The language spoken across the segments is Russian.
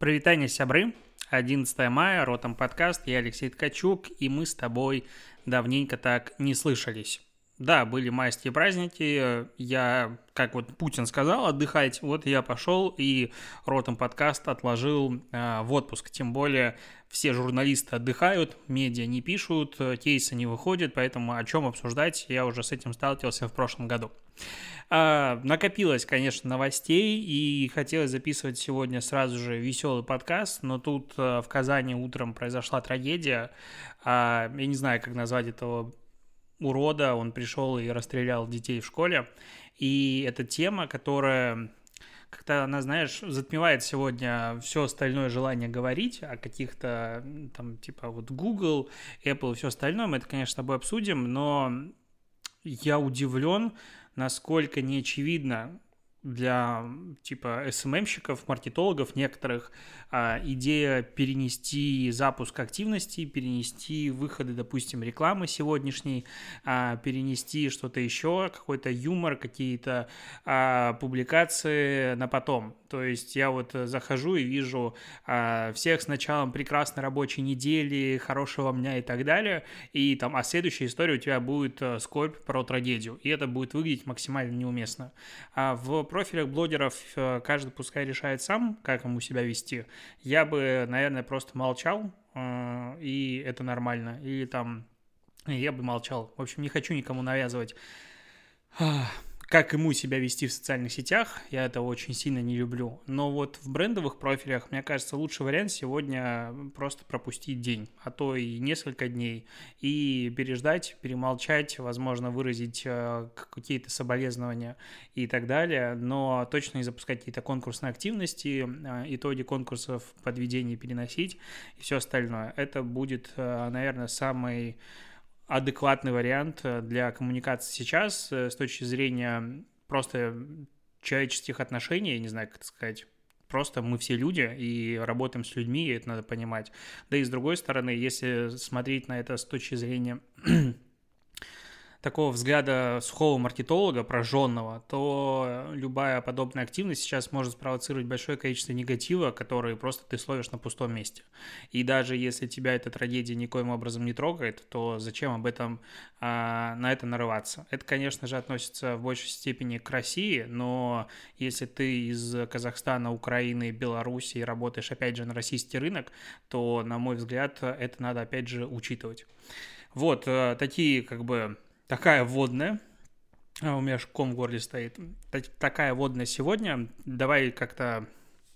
Привитание, сябры. 11 мая, Ротом подкаст, я Алексей Ткачук, и мы с тобой давненько так не слышались. Да, были майские праздники, я, как вот Путин сказал, отдыхать, вот я пошел и Ротом подкаст отложил в отпуск, тем более все журналисты отдыхают, медиа не пишут, кейсы не выходят, поэтому о чем обсуждать, я уже с этим сталкивался в прошлом году. Накопилось, конечно, новостей, и хотелось записывать сегодня сразу же веселый подкаст, но тут в Казани утром произошла трагедия, я не знаю, как назвать этого урода, он пришел и расстрелял детей в школе, и это тема, которая как-то, она, знаешь, затмевает сегодня все остальное желание говорить о каких-то, там, типа, вот Google, Apple и все остальное, мы это, конечно, с тобой обсудим, но я удивлен, насколько неочевидно для, типа, СММщиков, маркетологов некоторых идея перенести запуск активности, перенести выходы, допустим, рекламы сегодняшней, перенести что-то еще, какой-то юмор, какие-то публикации на потом. То есть я вот захожу и вижу всех с началом прекрасной рабочей недели, хорошего дня и так далее, и там, следующая история у тебя будет скорбь про трагедию, и это будет выглядеть максимально неуместно. В профилях блогеров каждый пускай решает сам, как ему себя вести. Я бы, наверное, просто молчал, и это нормально. Или там я бы молчал. В общем, не хочу никому навязывать, как ему себя вести в социальных сетях, я это очень сильно не люблю. Но вот в брендовых профилях, мне кажется, лучший вариант сегодня просто пропустить день, а то и несколько дней, и переждать, перемолчать, возможно, выразить какие-то соболезнования и так далее, но точно не запускать какие-то конкурсные активности, итоги конкурсов подведения переносить и все остальное. Это будет, наверное, самый адекватный вариант для коммуникации сейчас с точки зрения просто человеческих отношений, я не знаю, как это сказать. Просто мы все люди и работаем с людьми, и это надо понимать. Да и с другой стороны, если смотреть на это с точки зрения такого взгляда сухого маркетолога, прожженного, то любая подобная активность сейчас может спровоцировать большое количество негатива, который просто ты словишь на пустом месте. И даже если тебя эта трагедия никоим образом не трогает, то зачем об этом на это нарываться? Это, конечно же, относится в большей степени к России, но если ты из Казахстана, Украины, Беларуси и работаешь, опять же, на российский рынок, то, на мой взгляд, это надо, опять же, учитывать. Вот, такие, как бы, такая вводная, у меня аж ком в горле стоит, такая вводная сегодня, давай как-то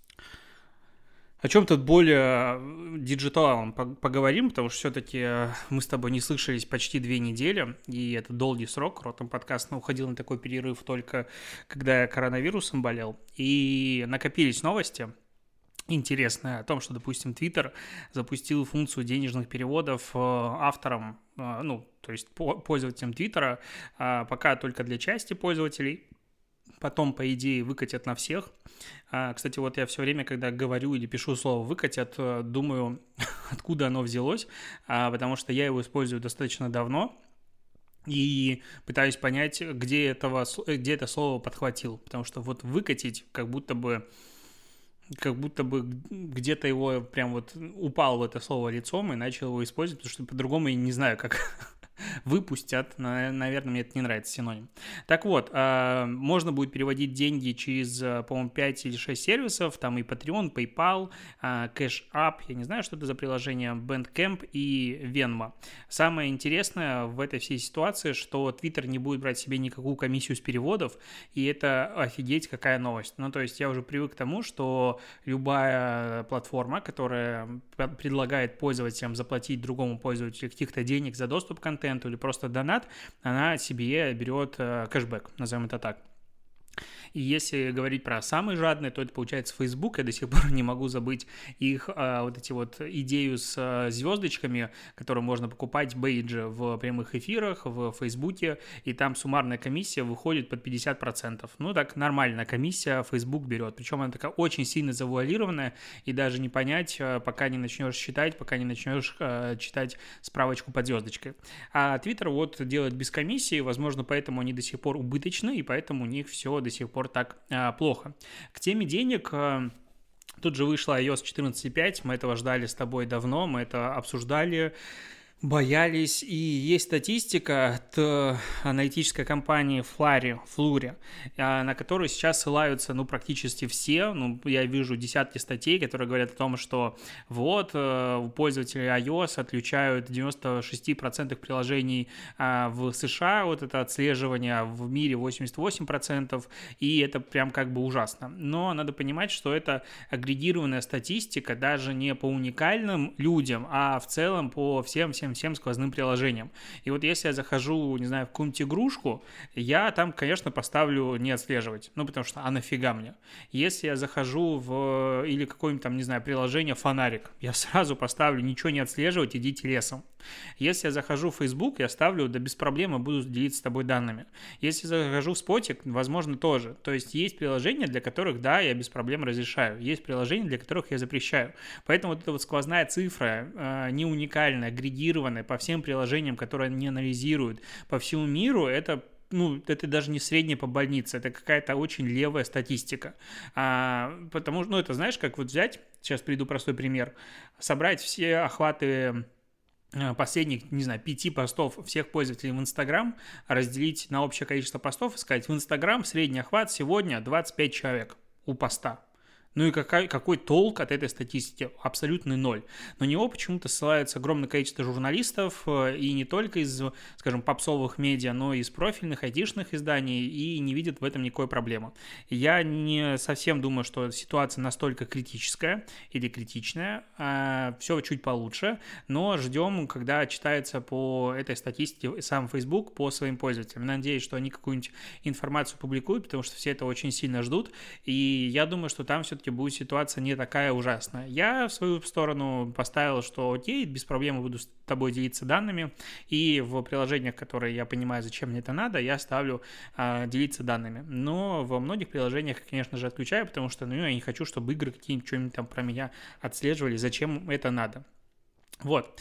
о чем-то более диджиталом поговорим, потому что все-таки мы с тобой не слышались почти 2 недели, и это долгий срок, Ротом подкаст уходил на такой перерыв только когда я коронавирусом болел, и накопились новости интересное о том, что, допустим, Twitter запустил функцию денежных переводов авторам, то есть пользователям Твиттера, пока только для части пользователей, потом, по идее, выкатят на всех. Кстати, вот я все время, когда говорю или пишу слово «выкатят», думаю, откуда оно взялось, потому что я его использую достаточно давно, и пытаюсь понять, где это слово подхватил, потому что вот «выкатить» как будто бы где-то его прям вот упал в это слово лицом и начал его использовать, потому что по-другому я не знаю, как выпустят. Наверное, мне это не нравится, синоним. Так вот, можно будет переводить деньги через, по-моему, 5 или 6 сервисов, там и Patreon, PayPal, Cash App, я не знаю, что это за приложение, Bandcamp и Venmo. Самое интересное в этой всей ситуации, что Twitter не будет брать себе никакую комиссию с переводов, и это офигеть какая новость. Ну, то есть я уже привык к тому, что любая платформа, которая предлагает пользователям заплатить другому пользователю каких-то денег за доступ к контенту или просто донат, она себе берет кэшбэк, назовем это так. И если говорить про самые жадные, то это получается Facebook. Я до сих пор не могу забыть их вот эти вот идею с звездочками, которые можно покупать бейджи в прямых эфирах в Фейсбуке, и там суммарная комиссия выходит под 50%. Ну, так нормальная комиссия Facebook берет. Причем она такая очень сильно завуалированная, и даже не понять, пока не начнешь считать, пока не начнешь читать справочку под звездочкой. А Twitter вот делает без комиссии, возможно, поэтому они до сих пор убыточны, и поэтому у них все до сих пор так плохо. К теме денег Тут же вышла iOS 14.5, мы этого ждали с тобой давно, мы это обсуждали, боялись, и есть статистика от аналитической компании Flurry, на которую сейчас ссылаются, практически все, я вижу десятки статей, которые говорят о том, что вот, у пользователей iOS отключают 96% приложений в США, вот это отслеживание, а в мире 88%, и это прям как бы ужасно. Но надо понимать, что это агрегированная статистика, даже не по уникальным людям, а в целом по всем сквозным приложениям. И вот если я захожу, не знаю, в какую-нибудь игрушку, я там, конечно, поставлю не отслеживать, потому что, а нафига мне? Если я захожу в, или какое-нибудь там, не знаю, приложение фонарик, я сразу поставлю ничего не отслеживать, идите лесом. Если я захожу в Facebook, я ставлю, да без проблем, я буду делиться с тобой данными. Если захожу в Spotик, возможно, тоже. То есть есть приложения, для которых, да, я без проблем разрешаю. Есть приложения, для которых я запрещаю. Поэтому вот эта вот сквозная цифра, не уникальная, агрегированная по всем приложениям, которые они анализируют по всему миру, это даже не средняя по больнице, это какая-то очень левая статистика. Потому что, это знаешь, как вот взять, сейчас приведу простой пример, собрать все охваты последних, не знаю, 5 постов всех пользователей в Инстаграм, разделить на общее количество постов и сказать, в Инстаграм средний охват сегодня 25 человек у поста. И какой толк от этой статистики? Абсолютный ноль. На него почему-то ссылается огромное количество журналистов, и не только из, скажем, попсовых медиа, но и из профильных айтишных изданий, и не видят в этом никакой проблемы. Я не совсем думаю, что ситуация настолько критическая или критичная, все чуть получше, но ждем, когда читается по этой статистике сам Facebook по своим пользователям. Надеюсь, что они какую-нибудь информацию публикуют, потому что все это очень сильно ждут, и я думаю, что там все-таки будет ситуация не такая ужасная. Я в свою сторону поставил, что окей, без проблем буду с тобой делиться данными, и в приложениях, которые я понимаю, зачем мне это надо, я ставлю делиться данными. Но во многих приложениях, конечно же, отключаю, потому что я не хочу, чтобы игры какие-нибудь что-нибудь там про меня отслеживали, зачем это надо. Вот.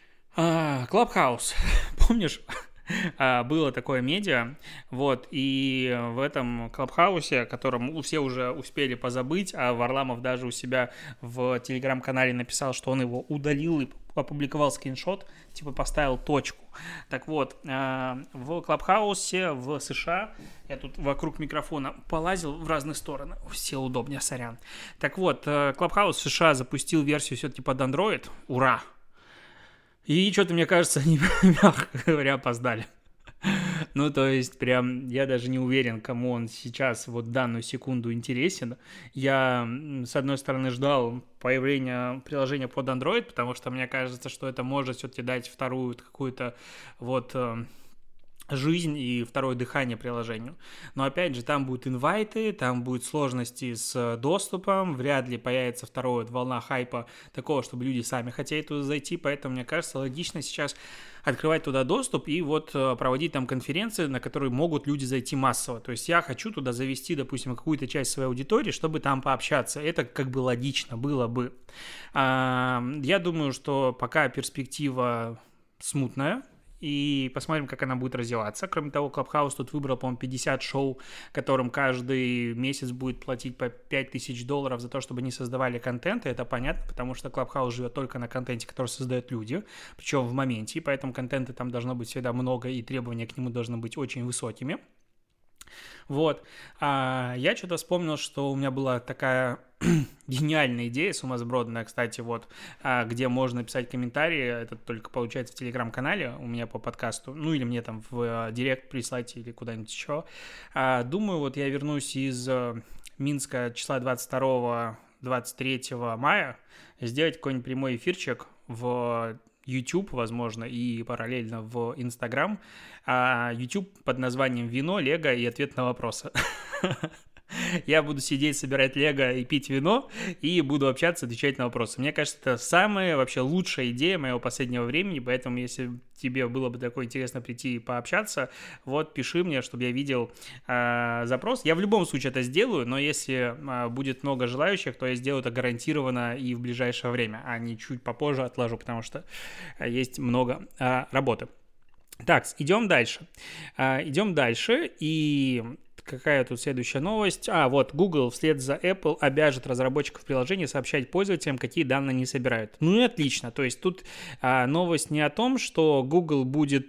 Clubhouse. Помнишь? Было такое медиа, вот, и в этом Клабхаусе, о котором все уже успели позабыть, а Варламов даже у себя в телеграм-канале написал, что он его удалил и опубликовал скриншот, типа поставил точку. Так вот, в Клабхаусе в США, я тут вокруг микрофона полазил в разные стороны, сел удобнее, сорян. Так вот, Клабхаус в США запустил версию все-таки под Android, ура! И что-то, мне кажется, они, мягко говоря, опоздали. То есть, прям, я даже не уверен, кому он сейчас, вот данную секунду, интересен. Я, с одной стороны, ждал появления приложения под Android, потому что мне кажется, что это может все-таки дать вторую какую-то вот жизнь и второе дыхание приложению. Но опять же, там будут инвайты, там будут сложности с доступом, вряд ли появится вторая волна хайпа такого, чтобы люди сами хотели туда зайти, поэтому, мне кажется, логично сейчас открывать туда доступ и вот проводить там конференции, на которые могут люди зайти массово. То есть я хочу туда завести, допустим, какую-то часть своей аудитории, чтобы там пообщаться. Это как бы логично было бы. Я думаю, что пока перспектива смутная, и посмотрим, как она будет развиваться. Кроме того, Clubhouse тут выбрал, по-моему, 50 шоу, которым каждый месяц будет платить по $5000 за то, чтобы они создавали контент, и это понятно, потому что Clubhouse живет только на контенте, который создают люди, причем в моменте, и поэтому контента там должно быть всегда много, и требования к нему должны быть очень высокими. Вот. Я что-то вспомнил, что у меня была такая гениальная идея, сумасбродная, кстати, вот, где можно писать комментарии, это только получается в телеграм-канале у меня по подкасту, или мне там в директ прислать или куда-нибудь еще. Думаю, вот я вернусь из Минска числа 22-23 мая, сделать какой-нибудь прямой эфирчик в YouTube, возможно, и параллельно в Instagram. YouTube под названием «Вино, Лего и ответ на вопросы». Я буду сидеть, собирать лего и пить вино, и буду общаться, отвечать на вопросы. Мне кажется, это самая вообще лучшая идея моего последнего времени, поэтому если тебе было бы такое интересно прийти и пообщаться, вот пиши мне, чтобы я видел запрос. Я в любом случае это сделаю, но если будет много желающих, то я сделаю это гарантированно и в ближайшее время, а не чуть попозже отложу, потому что есть много работы. Так, идем дальше. И какая тут следующая новость? Вот, Google вслед за Apple обяжет разработчиков приложений сообщать пользователям, какие данные они собирают. Ну и отлично. То есть тут новость не о том, что Google будет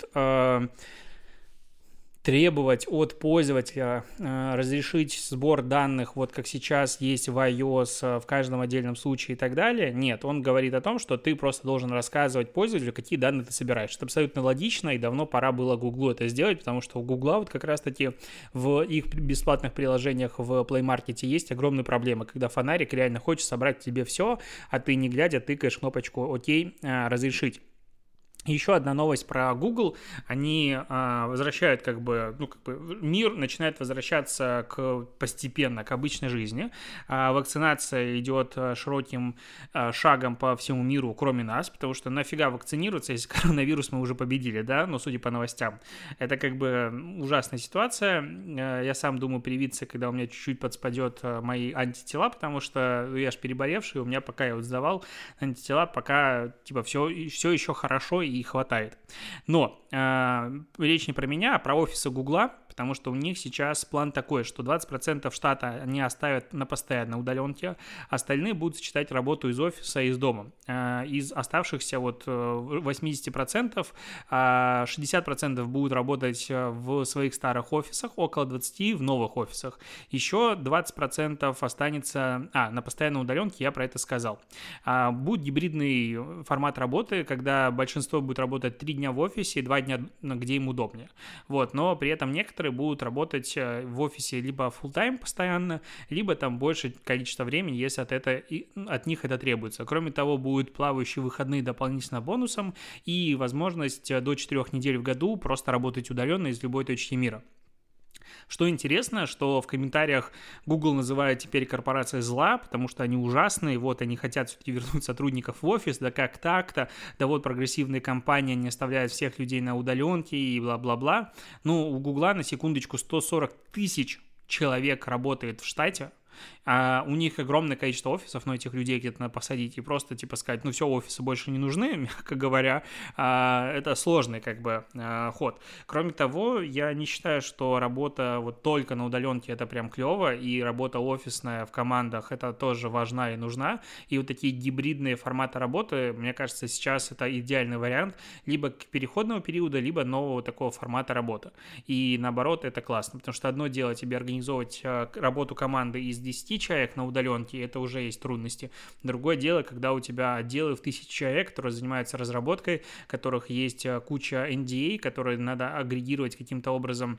требовать от пользователя разрешить сбор данных, вот как сейчас есть в iOS в каждом отдельном случае и так далее. Нет, он говорит о том, что ты просто должен рассказывать пользователю, какие данные ты собираешь. Это абсолютно логично, и давно пора было Гуглу это сделать, потому что у Гугла вот как раз-таки в их бесплатных приложениях в Play Market есть огромные проблемы, когда фонарик реально хочет собрать тебе все, а ты не глядя тыкаешь кнопочку «Окей, разрешить». Еще одна новость про Google. Они возвращают мир начинает возвращаться постепенно к обычной жизни. Вакцинация идет широким шагом по всему миру, кроме нас, потому что нафига вакцинироваться, если коронавирус мы уже победили, да, ну, судя по новостям. Это ужасная ситуация. Я сам думаю привиться, когда у меня чуть-чуть подспадет мои антитела, потому что я ж переболевший, у меня пока я вот сдавал антитела, пока все еще хорошо и хватает. Но речь не про меня, а про офисы Гугла, потому что у них сейчас план такой, что 20% штата они оставят на постоянной удаленке, остальные будут сочетать работу из офиса и из дома. Из оставшихся 80%, 60% будут работать в своих старых офисах, около 20% в новых офисах. Еще 20% останется... на постоянной удаленке, я про это сказал. Будет гибридный формат работы, когда большинство будет работать 3 дня в офисе и 2 дня, где им удобнее. Но при этом некоторые будут работать в офисе либо full-time постоянно, либо там больше количество времени, если от них это требуется. Кроме того, будут плавающие выходные дополнительно бонусом и возможность до 4 недель в году просто работать удаленно из любой точки мира. Что интересно, что в комментариях Google называют теперь корпорацией зла, потому что они ужасные, они хотят все-таки вернуть сотрудников в офис, да как так-то, да вот прогрессивные компании не оставляют всех людей на удаленке и бла-бла-бла. У Google, на секундочку, 140 тысяч человек работает в штате, у них огромное количество офисов, но этих людей где-то надо посадить и просто сказать, все, офисы больше не нужны, мягко говоря, это сложный ход. Кроме того, я не считаю, что работа только на удаленке это прям клево, и работа офисная в командах это тоже важна и нужна, и такие гибридные форматы работы, мне кажется, сейчас это идеальный вариант либо к переходному периоду, либо нового такого формата работы. И наоборот, это классно, потому что одно дело тебе организовывать работу команды из 10 человек на удаленке, это уже есть трудности. Другое дело, когда у тебя отделы в 1000 человек, которые занимаются разработкой, у которых есть куча NDA, которые надо агрегировать каким-то образом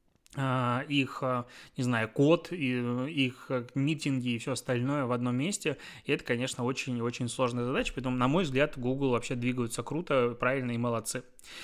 их, код, их митинги и все остальное в одном месте. И это, конечно, очень-очень сложная задача. Поэтому, на мой взгляд, Google вообще двигаются круто, правильно и молодцы.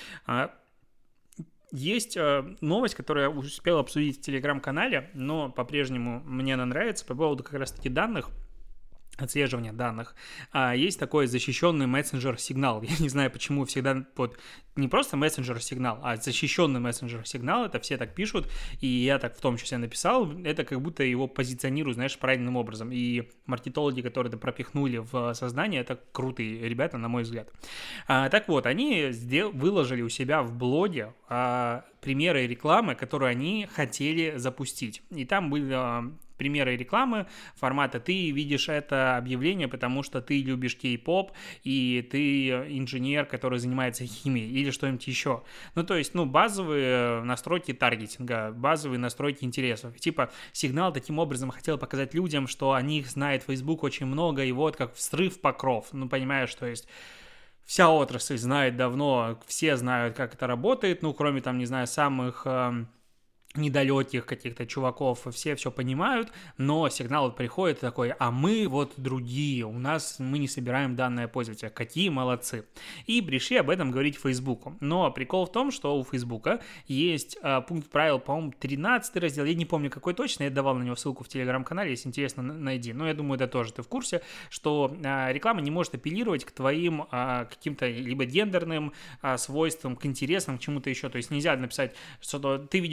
Есть новость, которую я успел обсудить в Телеграм-канале, но по-прежнему мне она нравится по поводу как раз-таки данных, отслеживания данных. Есть такой защищенный мессенджер-сигнал. Я не знаю, почему всегда не просто мессенджер-сигнал, а защищенный мессенджер-сигнал. Это все так пишут, и я так в том числе написал. Это как будто его позиционируют, правильным образом. И маркетологи, которые это пропихнули в сознание, это крутые ребята, на мой взгляд. Так вот, они выложили у себя в блоге примеры рекламы, которые они хотели запустить. И там были примеры рекламы формата «ты видишь это объявление, потому что ты любишь кей-поп, и ты инженер, который занимается химией», или что-нибудь еще. Базовые настройки таргетинга, базовые настройки интересов. Сигнал таким образом хотел показать людям, что о них знает Facebook очень много, и как срыв покров. Понимаешь, то есть вся отрасль знает давно, все знают, как это работает, кроме самых недалеких каких-то чуваков, все понимают, но сигнал приходит такой: а мы другие, мы не собираем данные пользователя, какие молодцы. И пришли об этом говорить Фейсбуку. Но прикол в том, что у Фейсбука есть пункт правил, по-моему, 13 раздел, я не помню какой точно, я давал на него ссылку в Телеграм-канале, если интересно, найди. Но я думаю, это тоже ты в курсе, что реклама не может апеллировать к твоим каким-то либо гендерным свойствам, к интересам, к чему-то еще. То есть нельзя написать, что ты видишь это объявление,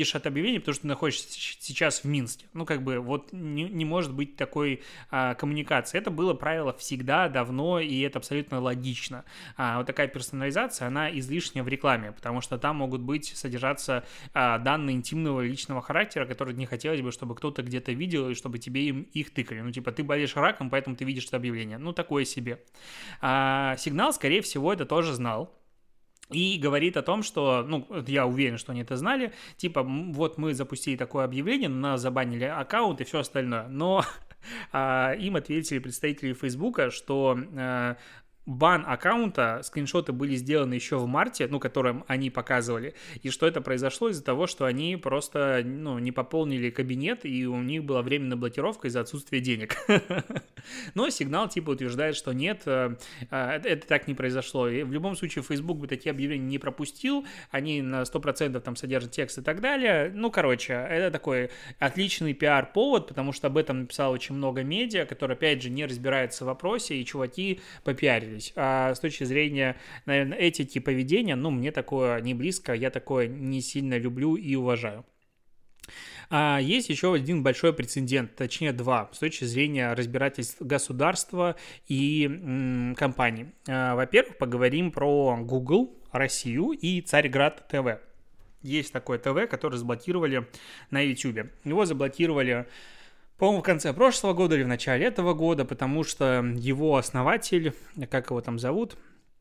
объявление, потому что ты находишься сейчас в Минске. Ну, как бы, вот не может быть такой коммуникации. Это было правило всегда, давно, и это абсолютно логично. Вот такая персонализация, она излишняя в рекламе, потому что там могут содержаться данные интимного личного характера, которые не хотелось бы, чтобы кто-то где-то видел, и чтобы тебе их тыкали. Ну, типа, ты болеешь раком, поэтому ты видишь это объявление. Ну, такое себе. Сигнал, скорее всего, это тоже знал. И говорит о том, что, ну, я уверен, что они это знали, типа, вот мы запустили такое объявление, нас забанили аккаунт и все остальное. Но им ответили представители Фейсбука, что бан аккаунта, скриншоты были сделаны еще в марте, ну, которым они показывали, и что это произошло из-за того, что они просто, ну, не пополнили кабинет, и у них была временная блокировка из-за отсутствия денег. Но сигнал, типа, утверждает, что нет, это так не произошло. И в любом случае, Facebook бы такие объявления не пропустил, они на 100% там содержат текст и так далее. Ну, короче, это такой отличный пиар-повод, потому что об этом написало очень много медиа, которые, опять же, не разбираются в вопросе, и чуваки попиарились. А с точки зрения, наверное, этики поведения, ну, мне такое не близко, я такое не сильно люблю и уважаю. Есть еще один большой прецедент, точнее два, с точки зрения разбирательств государства и компаний. Во-первых, поговорим про Google, Россию и Царьград ТВ. Есть такое ТВ, которое заблокировали на YouTube. Его заблокировали, по-моему, в конце прошлого года или в начале этого года, потому что его основатель, как его там зовут,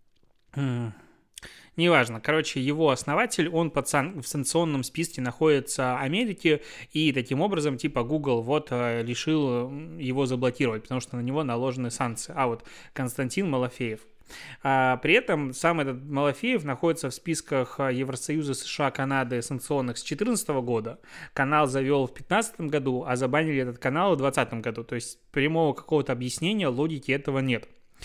неважно, короче, его основатель, он в санкционном списке находится Америки, и таким образом, типа, Google вот решил его заблокировать, потому что на него наложены санкции. А вот Константин Малафеев. При этом сам этот Малафеев находится в списках Евросоюза, США, Канады санкционных с 2014 года. Канал завел в 2015 году, а забанили этот канал в 2020 году. То есть прямого какого-то объяснения, логики этого нет.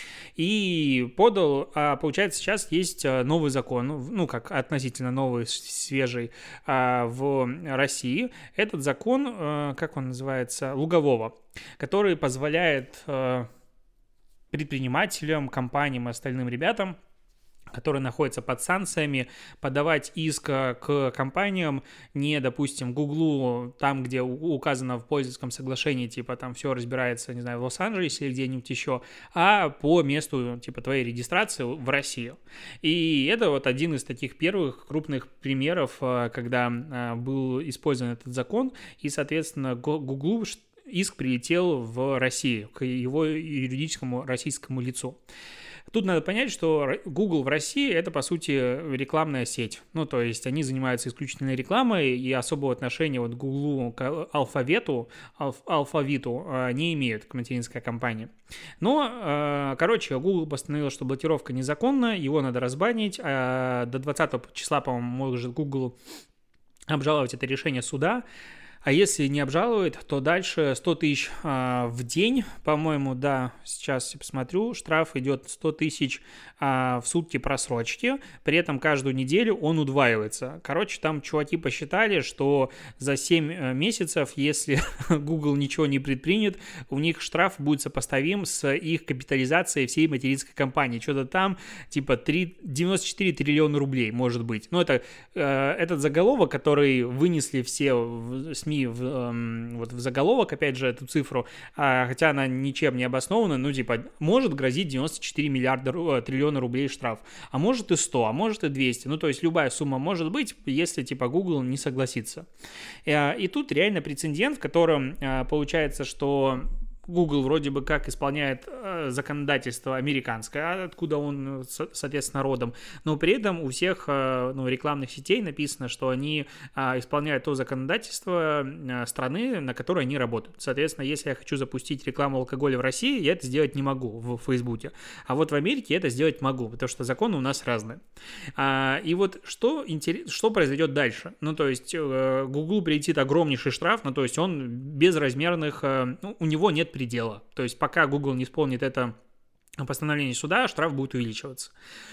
И получается, сейчас есть новый закон, ну, как относительно новый, свежий в России. Этот закон, как он называется, Лугового, который позволяет предпринимателям, компаниям и остальным ребятам, которые находятся под санкциями, подавать иск к компаниям, не, допустим, Гуглу, там, где указано в пользовательском соглашении, типа, там все разбирается, не знаю, в Лос-Анджелесе или где-нибудь еще, а по месту, типа, твоей регистрации в Россию. И это вот один из таких первых крупных примеров, когда был использован этот закон, и, соответственно, Гуглу иск прилетел в Россию, к его юридическому российскому лицу. Тут надо понять, что Google в России – это, по сути, рекламная сеть. Ну, то есть они занимаются исключительно рекламой, и особого отношения вот к Google, к алфавиту не имеют, к материнской компании. Но, короче, Google постановил, что блокировка незаконна, его надо разбанить. До 20 числа, по-моему, может Google обжаловать это решение суда. А если не обжалует, то дальше 100 тысяч в день, по-моему, да, сейчас я посмотрю, штраф идет 100 тысяч в сутки просрочки, при этом каждую неделю он удваивается. Короче, там чуваки посчитали, что за 7 месяцев, если Google ничего не предпринят, у них штраф будет сопоставим с их капитализацией всей материнской компании. Что-то там типа 94 триллиона рублей, может быть. Но это этот заголовок, который вынесли все в СМИ, вот в заголовок, опять же, эту цифру, хотя она ничем не обоснована, ну, типа, может грозить 94 триллиона рублей штраф, а может и 100, а может и 200, ну, то есть любая сумма может быть, если, типа, Google не согласится. И тут реально прецедент, в котором получается, что Google вроде бы как исполняет законодательство американское, откуда он, соответственно, родом, но при этом у всех рекламных сетей написано, что они исполняют то законодательство страны, на которой они работают. Соответственно, если я хочу запустить рекламу алкоголя в России, я это сделать не могу в Фейсбуке, а вот в Америке я это сделать могу, потому что законы у нас разные. И вот что произойдет дальше? Ну, то есть Google прилетит огромнейший штраф, ну, то есть он безразмерных, у него нет предела. То есть пока Google не исполнит это постановлении суда штраф будет увеличиваться.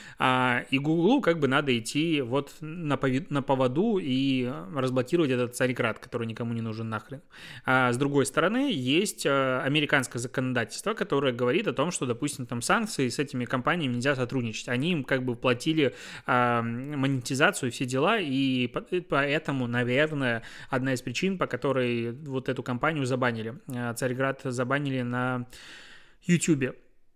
И Гуглу как бы надо идти вот на поводу и разблокировать этот Царьград, который никому не нужен нахрен. А с другой стороны, есть американское законодательство, которое говорит о том, что, допустим, там санкции с этими компаниями нельзя сотрудничать. Они им как бы платили монетизацию и все дела, и поэтому, наверное, одна из причин, по которой вот эту компанию забанили. Царьград забанили на YouTube.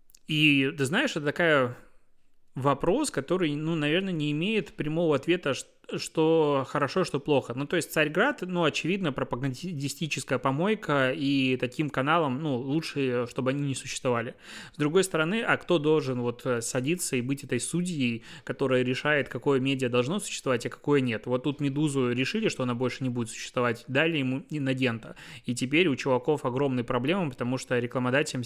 И ты знаешь, это такая вопрос, который, ну, наверное, не имеет прямого ответа, что хорошо, что плохо. Ну, то есть Царьград, ну, очевидно, пропагандистическая помойка, и таким каналам, ну, лучше, чтобы они не существовали. С другой стороны, а кто должен вот садиться и быть этой судьей, которая решает, какое медиа должно существовать, а какое нет? Вот тут «Медузу» решили, что она больше не будет существовать, дали ему Иннодента. И теперь у чуваков огромные проблемы, потому что рекламодатели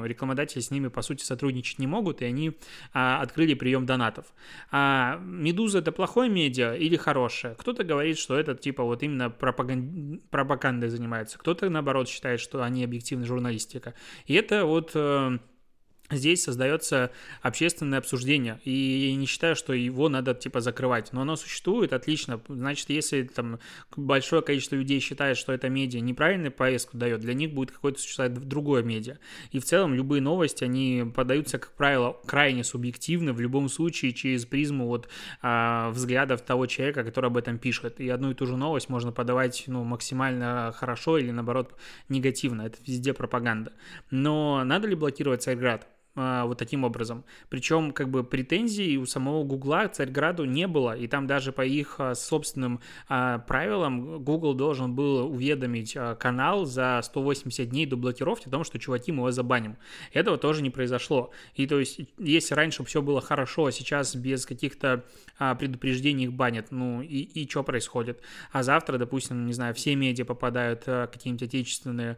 с ними, по сути, сотрудничать не могут, и они открыли прием донатов. А «Медуза» — это плохое медиа или хорошее? Кто-то говорит, что это типа вот именно пропагандой занимается, кто-то наоборот считает, что они объективная журналистика. И это вот здесь создается общественное обсуждение, и я не считаю, что его надо, типа, закрывать, но оно существует, отлично, значит, если там большое количество людей считает, что это медиа неправильную повестку дает, для них будет какое-то существовать другое медиа, и в целом любые новости, они подаются, как правило, крайне субъективно, в любом случае через призму вот взглядов того человека, который об этом пишет, и одну и ту же новость можно подавать, ну, максимально хорошо или, наоборот, негативно, это везде пропаганда, но надо ли блокировать Царьград? Вот таким образом. Причем как бы претензий у самого Гугла к Царьграду не было, и там даже по их собственным правилам Google должен был уведомить канал за 180 дней до блокировки о том, что, чуваки, мы его забаним. Этого тоже не произошло. И то есть, если раньше все было хорошо, а сейчас без каких-то предупреждений их банят, ну и что происходит? А завтра, допустим, не знаю, все медиа попадают какие-нибудь отечественные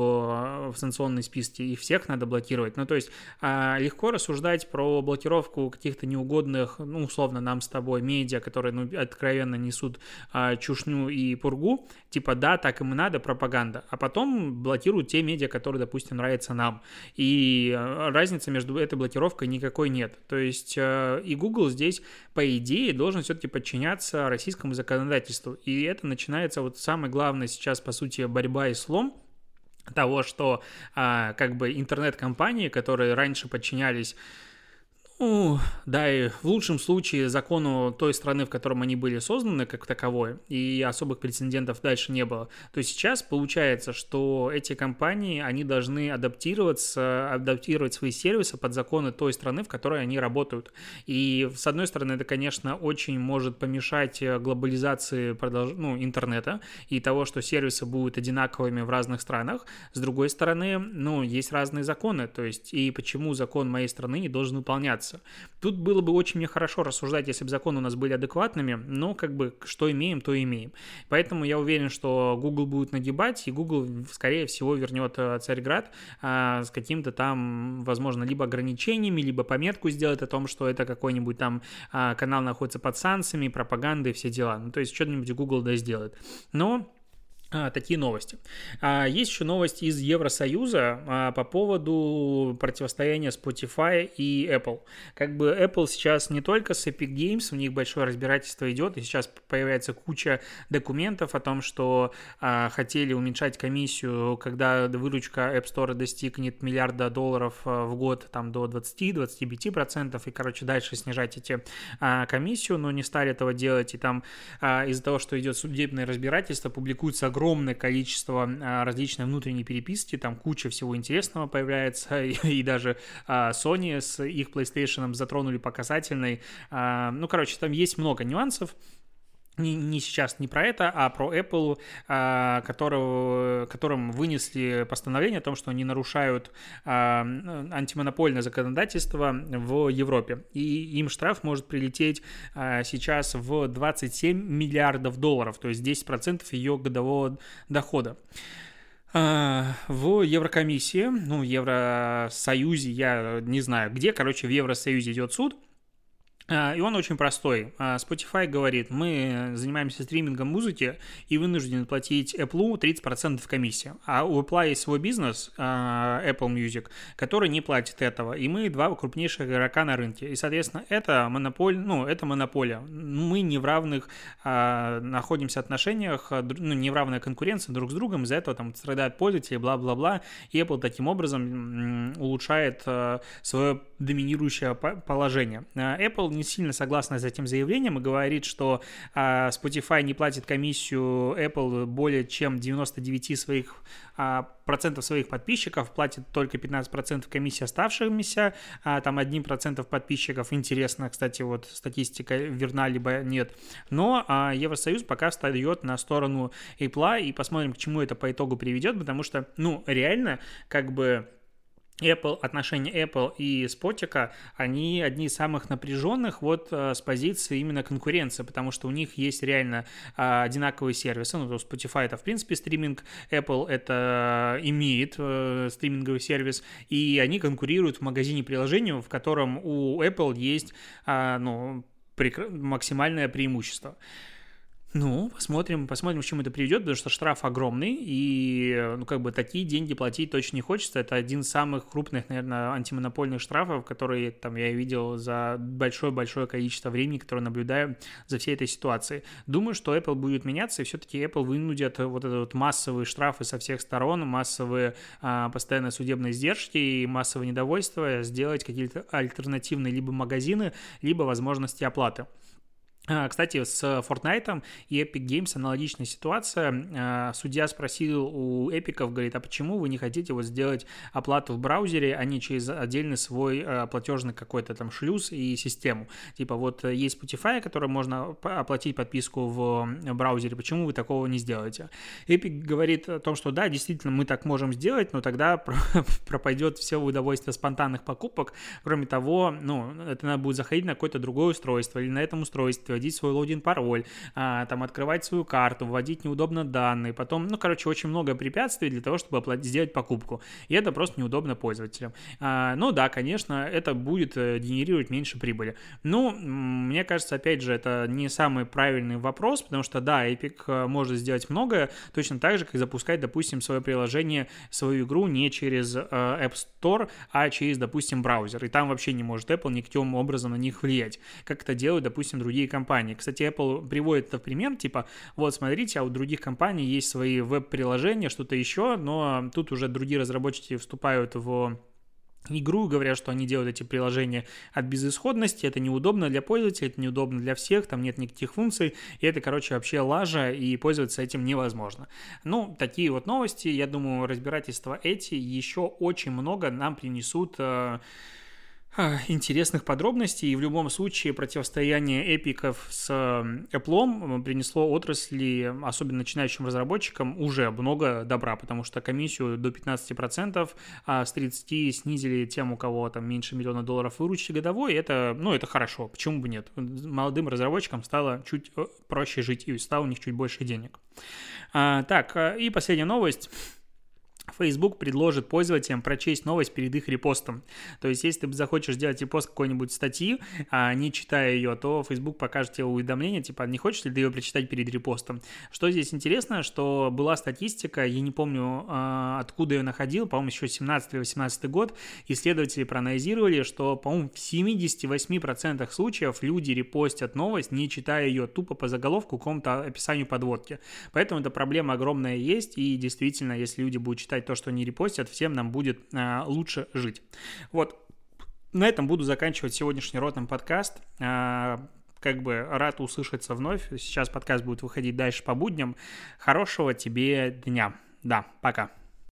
в санкционные списки, их всех надо блокировать. Ну то есть легко рассуждать про блокировку каких-то неугодных, ну, условно, нам с тобой медиа, которые, ну, откровенно несут чушню и пургу, типа, да, так им и надо, пропаганда, а потом блокируют те медиа, которые, допустим, нравятся нам, и разницы между этой блокировкой никакой нет, то есть и Google здесь, по идее, должен все-таки подчиняться российскому законодательству, и это начинается, вот самое главное сейчас, по сути, борьба и слом того, что как бы интернет-компании, которые раньше подчинялись, ну, да, и в лучшем случае закону той страны, в котором они были созданы как таковой, и особых прецедентов дальше не было, то сейчас получается, что эти компании, они должны адаптировать свои сервисы под законы той страны, в которой они работают. И, с одной стороны, это, конечно, очень может помешать глобализации интернета и того, что сервисы будут одинаковыми в разных странах. С другой стороны, ну, есть разные законы, то есть, и почему закон моей страны не должен выполняться. Тут было бы очень нехорошо рассуждать, если бы законы у нас были адекватными, но как бы что имеем, то имеем. Поэтому я уверен, что Google будет нагибать, и Google, скорее всего, вернет Царьград с каким-то там, возможно, либо ограничениями, либо пометку сделает о том, что это какой-нибудь там канал находится под санкциями, пропагандой и все дела. Ну, то есть что-нибудь Google да сделает. Но такие новости. Есть еще новость из Евросоюза по поводу противостояния Spotify и Apple. Как бы Apple сейчас не только с Epic Games, у них большое разбирательство идет, и сейчас появляется куча документов о том, что хотели уменьшать комиссию, когда выручка App Store достигнет $1 миллиард в год, там до 20-25%, и, короче, дальше снижать эти комиссию, но не стали этого делать, и там из-за того, что идет судебное разбирательство, публикуется огромное количество различной внутренней переписки, там куча всего интересного появляется, и даже Sony с их PlayStation затронули по касательной. Ну, короче, там есть много нюансов. Не сейчас не про это, а про Apple, которым вынесли постановление о том, что они нарушают антимонопольное законодательство в Европе. И им штраф может прилететь сейчас в $27 миллиардов, то есть 10% ее годового дохода. В Еврокомиссии, ну, в Евросоюзе, я не знаю где, короче, в Евросоюзе идет суд, И он очень простой. Spotify говорит, мы занимаемся стримингом музыки и вынуждены платить Apple 30% комиссии. А у Apple есть свой бизнес, Apple Music, который не платит этого. И мы два крупнейших игрока на рынке. И, соответственно, это монополия. Мы не в равных находимся отношениях, не в равной конкуренции друг с другом. Из-за этого там страдают пользователи, бла-бла-бла. И Apple таким образом улучшает свое доминирующее положение. Apple не сильно согласна с этим заявлением и говорит, что Spotify не платит комиссию Apple более чем 99% своих подписчиков, платит только 15% комиссии оставшимся, там 1% подписчиков. Интересно, кстати, вот статистика верна либо нет. Но Евросоюз пока встает на сторону Apple, и посмотрим, к чему это по итогу приведет, потому что, реально, как бы отношения Apple и Spotify, они одни из самых напряженных с позиции именно конкуренции, потому что у них есть реально одинаковые сервисы. То Spotify это, в принципе, стриминг, Apple это имеет стриминговый сервис, и они конкурируют в магазине приложений, в котором у Apple есть максимальное преимущество. Посмотрим, к чему это приведет, потому что штраф огромный, и, такие деньги платить точно не хочется. Это один из самых крупных, наверное, антимонопольных штрафов, которые, я видел за большое-большое количество времени, которое наблюдаю за всей этой ситуацией. Думаю, что Apple будет меняться, и все-таки Apple вынудят массовые штрафы со всех сторон, массовые постоянные судебные издержки и массовое недовольство сделать какие-то альтернативные либо магазины, либо возможности оплаты. Кстати, с Fortnite и Epic Games аналогичная ситуация. Судья спросил у эпиков, говорит, а почему вы не хотите сделать оплату в браузере, а не через отдельный свой платежный какой-то там шлюз и систему? Есть Spotify, который можно оплатить подписку в браузере, почему вы такого не сделаете? Epic говорит о том, что да, действительно, мы так можем сделать, но тогда пропадет все удовольствие спонтанных покупок. Кроме того, это надо будет заходить на какое-то другое устройство или на этом устройстве, вводить свой логин-пароль, открывать свою карту, вводить неудобно данные, потом, очень много препятствий для того, чтобы сделать покупку, и это просто неудобно пользователям. Да, конечно, это будет генерировать меньше прибыли. Мне кажется, опять же, это не самый правильный вопрос, потому что, да, Epic может сделать многое, точно так же, как запускать, допустим, свое приложение, свою игру не через App Store, а через, допустим, браузер, и там вообще не может Apple никаким образом на них влиять, как это делают, допустим, другие компании. Кстати, Apple приводит это в пример, смотрите, а у других компаний есть свои веб-приложения, что-то еще, но тут уже другие разработчики вступают в игру, говорят, что они делают эти приложения от безысходности, это неудобно для пользователей, это неудобно для всех, там нет никаких функций, и это, вообще лажа, и пользоваться этим невозможно. Такие новости, я думаю, разбирательства эти еще очень много нам принесут интересных подробностей, и в любом случае противостояние эпиков с Apple принесло отрасли, особенно начинающим разработчикам, уже много добра, потому что комиссию до 15%, а с 30% снизили тем, у кого там меньше $1 миллиона выручки годовой, это хорошо, почему бы нет? Молодым разработчикам стало чуть проще жить, и стало у них чуть больше денег. И последняя новость. Facebook предложит пользователям прочесть новость перед их репостом. То есть, если ты захочешь сделать репост какой-нибудь статьи, не читая ее, то Facebook покажет тебе уведомление, не хочешь ли ты ее прочитать перед репостом. Что здесь интересно, что была статистика, я не помню, откуда ее находил, по-моему, еще 17-18 год, исследователи проанализировали, что, по-моему, в 78% случаев люди репостят новость, не читая ее тупо по заголовку, какому-то описанию подводки. Поэтому эта проблема огромная есть, и действительно, если люди будут читать то, что они репостят, всем нам будет лучше жить. На этом буду заканчивать сегодняшний Ротом подкаст. Рад услышаться вновь. Сейчас подкаст будет выходить дальше по будням. Хорошего тебе дня. Да, пока.